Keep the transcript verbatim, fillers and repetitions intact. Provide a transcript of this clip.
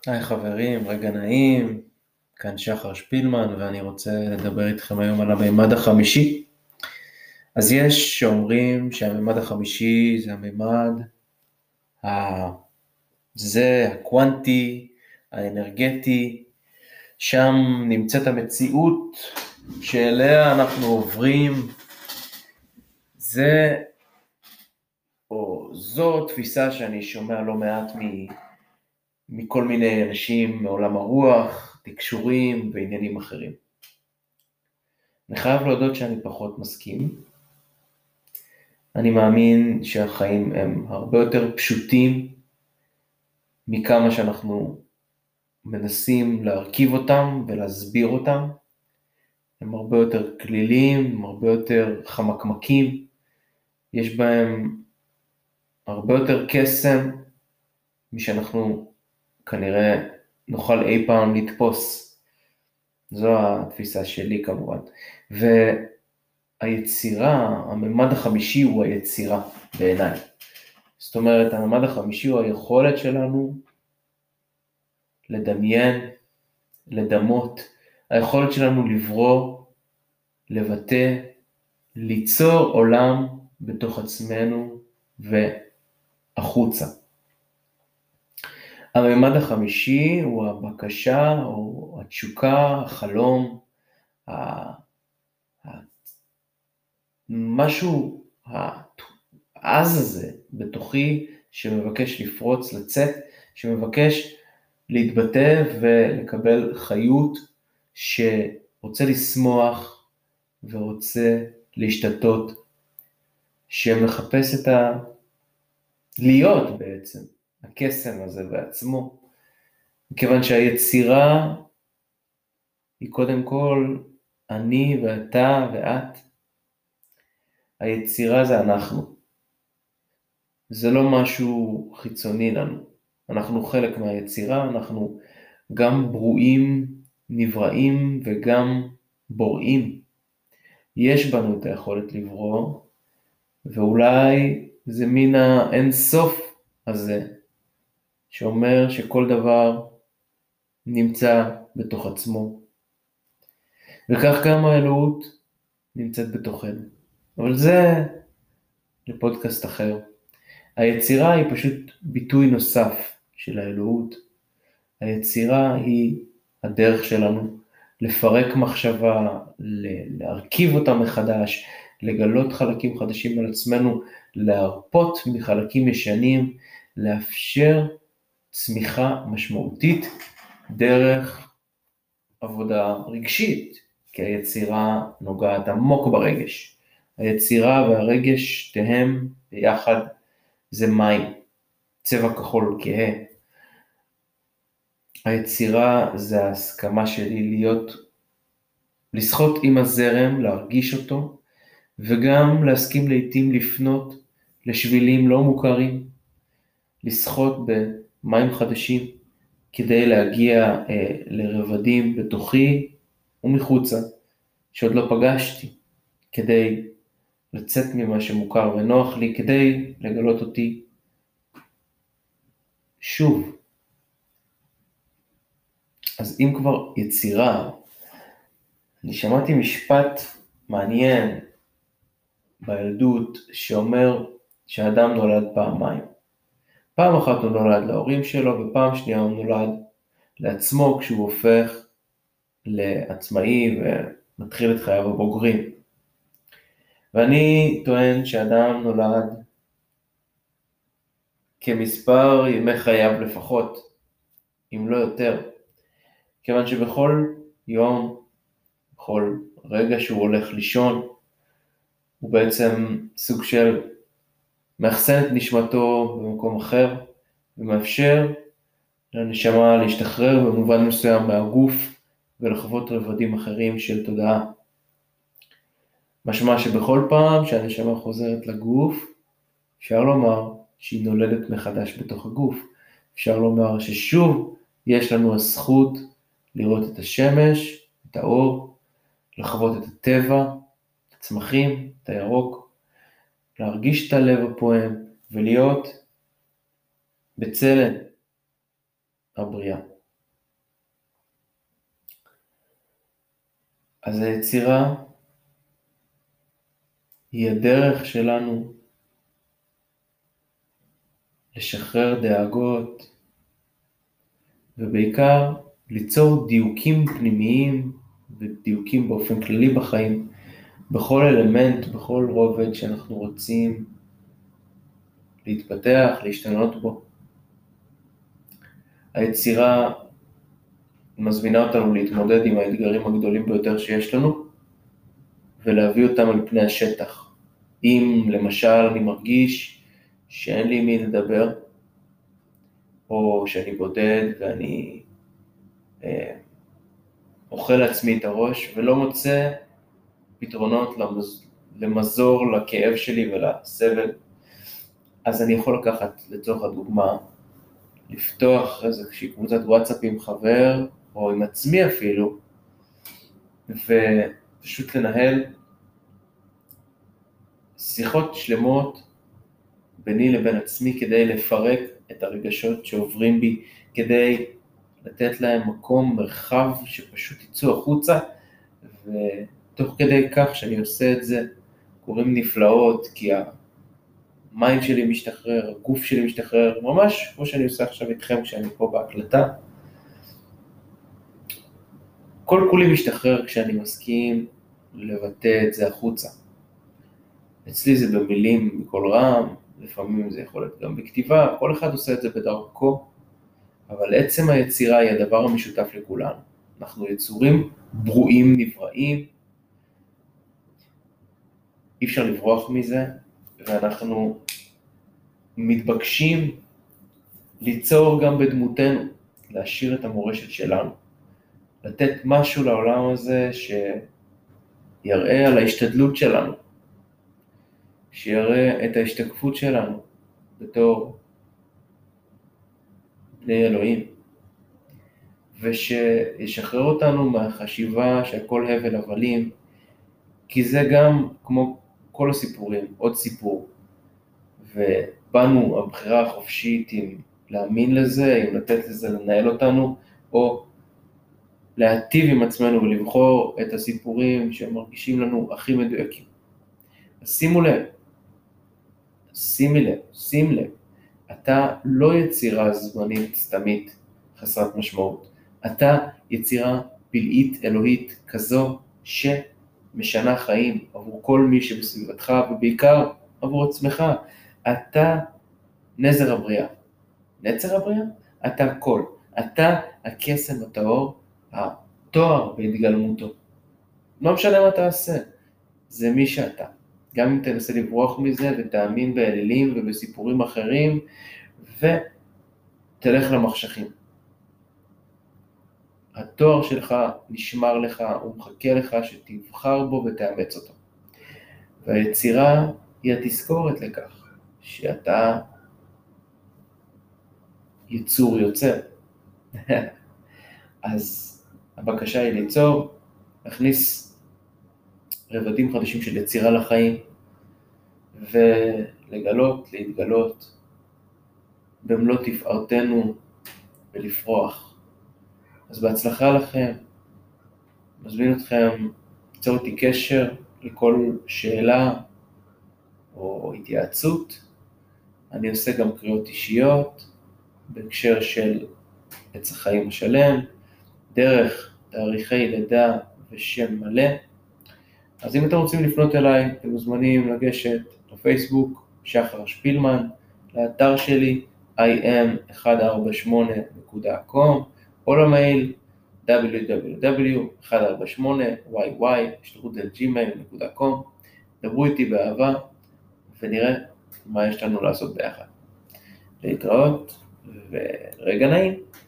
היי חברים, רגע נעים, כאן שחר שפילמן ואני רוצה לדבר איתכם היום על המימד החמישי. אז יש שאומרים שהמימד החמישי זה המימד הזה, הקוונטי, האנרגטי, שם נמצאת המציאות שאליה אנחנו עוברים. זה או זו תפיסה שאני שומע לא מעט מ... מכל מיני אנשים מעולם הרוח, תקשורים ועניינים אחרים. אני חייב להודות שאני פחות מסכים. אני מאמין שהחיים הם הרבה יותר פשוטים מכמה שאנחנו מנסים להרכיב אותם ולהסביר אותם. הם הרבה יותר כלילים, הם הרבה יותר חמקמקים, יש בהם הרבה יותר קסם משאנחנו כנראה נוכל אי פעם לתפוס. זו התפיסה שלי כמובן. והיצירה, הממד החמישי הוא היצירה בעיניי. זאת אומרת, הממד החמישי הוא היכולת שלנו לדמיין, לדמות, היכולת שלנו לברוא, לבטא, ליצור עולם בתוך עצמנו והחוצה. הממד החמישי הוא הבקשה או התשוקה, החלום, משהו העז הזה בתוכי שמבקש לפרוץ, לצאת, שמבקש להתבטא ולקבל חיות, שרוצה לשמוח ורוצה להשתתות, שמחפש את ה... להיות בעצם, הקסם הזה בעצמו, מכיוון שהיצירה היא קודם כל אני ואתה ואת. היצירה זה אנחנו. זה לא משהו חיצוני לנו. אנחנו חלק מהיצירה, אנחנו גם ברואים, נבראים וגם בוראים. יש בנו את היכולת לברוא, ואולי זה מן האין סוף הזה, שאומר שכל דבר נמצא בתוך עצמו. וכך גם האלוהות נמצאת בתוכנו. אבל זה לפודקאסט אחר. היצירה היא פשוט ביטוי נוסף של האלוהות. היצירה היא הדרך שלנו לפרק מחשבה, להרכיב אותה מחדש, לגלות חלקים חדשים על עצמנו, להרפות מחלקים ישנים, לאפשר צמיחה משמעותית דרך עבודה רגשית, כי היצירה נוגעת עמוק ברגש. היצירה והרגש תהם ביחד זה מים, צבע כחול כהה. היצירה זה ההסכמה שלי להיות, לשחות עם הזרם, להרגיש אותו, וגם להסכים לעתים לפנות לשבילים לא מוכרים, לשחות במים חדשים, כדי להגיע אה, לרבדים בתוכי ומחוצה, שעוד לא פגשתי, כדי לצאת ממה שמוכר ונוח לי, כדי לגלות אותי שוב. אז אם כבר יצירה, אני שמעתי משפט מעניין בילדות שאומר שהאדם נולד פעמיים. פעם אחת הוא נולד להורים שלו, ופעם שנייה הוא נולד לעצמו כשהוא הופך לעצמאי ומתחיל את חייו הבוגרים. ואני טוען שאדם נולד כמספר ימי חייו לפחות, אם לא יותר. כיוון שבכל יום, בכל רגע שהוא הולך לישון, הוא בעצם סוג של מאחסן את נשמתו במקום אחר, ומאפשר לנשמה להשתחרר במובן מסוים מהגוף, ולחוות רבדים אחרים של תודעה. משמע שבכל פעם שהנשמה חוזרת לגוף, אפשר לומר שהיא נולדת מחדש בתוך הגוף. אפשר לומר ששוב יש לנו הזכות לראות את השמש, את האור, לחוות את הטבע, את הצמחים, את הירוק, להרגיש את הלב הפועם ולהיות בצלם הבריאה. אז היצירה היא הדרך שלנו לשחרר דאגות, ובעיקר ליצור דיוקים פנימיים ודיוקים באופן כללי בחיים, בכל אלמנט, בכל רובד שאנחנו רוצים להתפתח, להשתנות בו. היצירה מזמינה אותנו להתמודד עם האתגרים הגדולים ביותר שיש לנו, ולהביא אותם על פני השטח. אם למשל אני מרגיש שאין לי מי לדבר, או שאני בודד ואני אה, אוכל לעצמי את הראש ולא מוצא פתרונות למז... למזור לכאב שלי ולסבל, אז אני יכול לקחת לצורך הדוגמה, לפתוח איזושהי קבוצת וואטסאפ עם חבר, או עם עצמי אפילו, ופשוט לנהל שיחות שלמות ביני לבין עצמי, כדי לפרק את הרגשות שעוברים בי, כדי לתת להם מקום, מרחב, שפשוט יצאו החוצה, ותוך כדי כך שאני עושה את זה, קוראים נפלאות, כי המים שלי משתחרר, הגוף שלי משתחרר, ממש כמו שאני עושה עכשיו איתכם כשאני פה בהקלטה. כל כולי משתחרר כשאני מסכים לבטא את זה החוצה. אצלי זה במילים בקול רם, לפעמים זה יכול להיות גם בכתיבה, כל אחד עושה את זה בדרכו, אבל עצם היצירה היא הדבר המשותף לכולנו. אנחנו יצורים ברואים, נבראים, אי אפשר לברוח מזה, ואנחנו מתבקשים ליצור גם בדמותנו, להשאיר את המורשת שלנו, לתת משהו לעולם הזה שיראה על ההשתדלות שלנו, שיראה את ההשתקפות שלנו בתור בני אלוהים, ושישחרר אותנו מהחשיבה שהכל הבל הבלים, כי זה גם כמו כל הסיפורים, עוד סיפור, ובנו הבחירה החופשית אם להאמין לזה, אם לתת לזה לנהל אותנו, או להטיב עם עצמנו ולבחור את הסיפורים שמרגישים לנו הכי מדויקים. אז שימו לב, שימי לב, שים לב, אתה לא יצירה זמנית סתמית חסרת משמעות, אתה יצירה פלאית אלוהית כזו שמשנה חיים עבור כל מי שבסביבתך, ובעיקר עבור עצמך. אתה נזר הבריאה, נצר הבריאה, אתה הכל, אתה הקסם הטהור, התואר בהתגלמותו. לא משנה מה תעשה, זה מי שאתה. גם אם תנסה לברוח מזה ותאמין באלילים ובסיפורים אחרים, ותלך למחשכים. התואר שלך נשמר לך, הוא מחכה לך שתבחר בו ותאמץ אותו. והיצירה היא התזכורת לכך, שאתה יצור יוצר. אז הבקשה היא ליצור, להכניס רבדים חדשים של יצירה לחיים, ולגלות, להתגלות, במלוא תפארתנו ולפרוח. אז בהצלחה לכם, מזמין אתכם ליצור איתי קשר לכל שאלה או התייעצות. אני עושה גם קריאות אישיות בהקשר של עץ החיים השלם, דרך תאריכי לידה ושם מלא. אז אם אתם רוצים לפנות אליי, אתם מוזמנים לגשת לפייסבוק, שחר שפילמן, לאתר שלי, איי אם אחת ארבע שמונה נקודה קום, או למייל דאבליו דאבליו דאבליו נקודה אחת ארבע שמונה וואי וואי שטרודל ג'ימייל נקודה קום. דברו איתי באהבה, ונראה מה יש לנו לעשות ביחד. להתראות, ורגע נעים.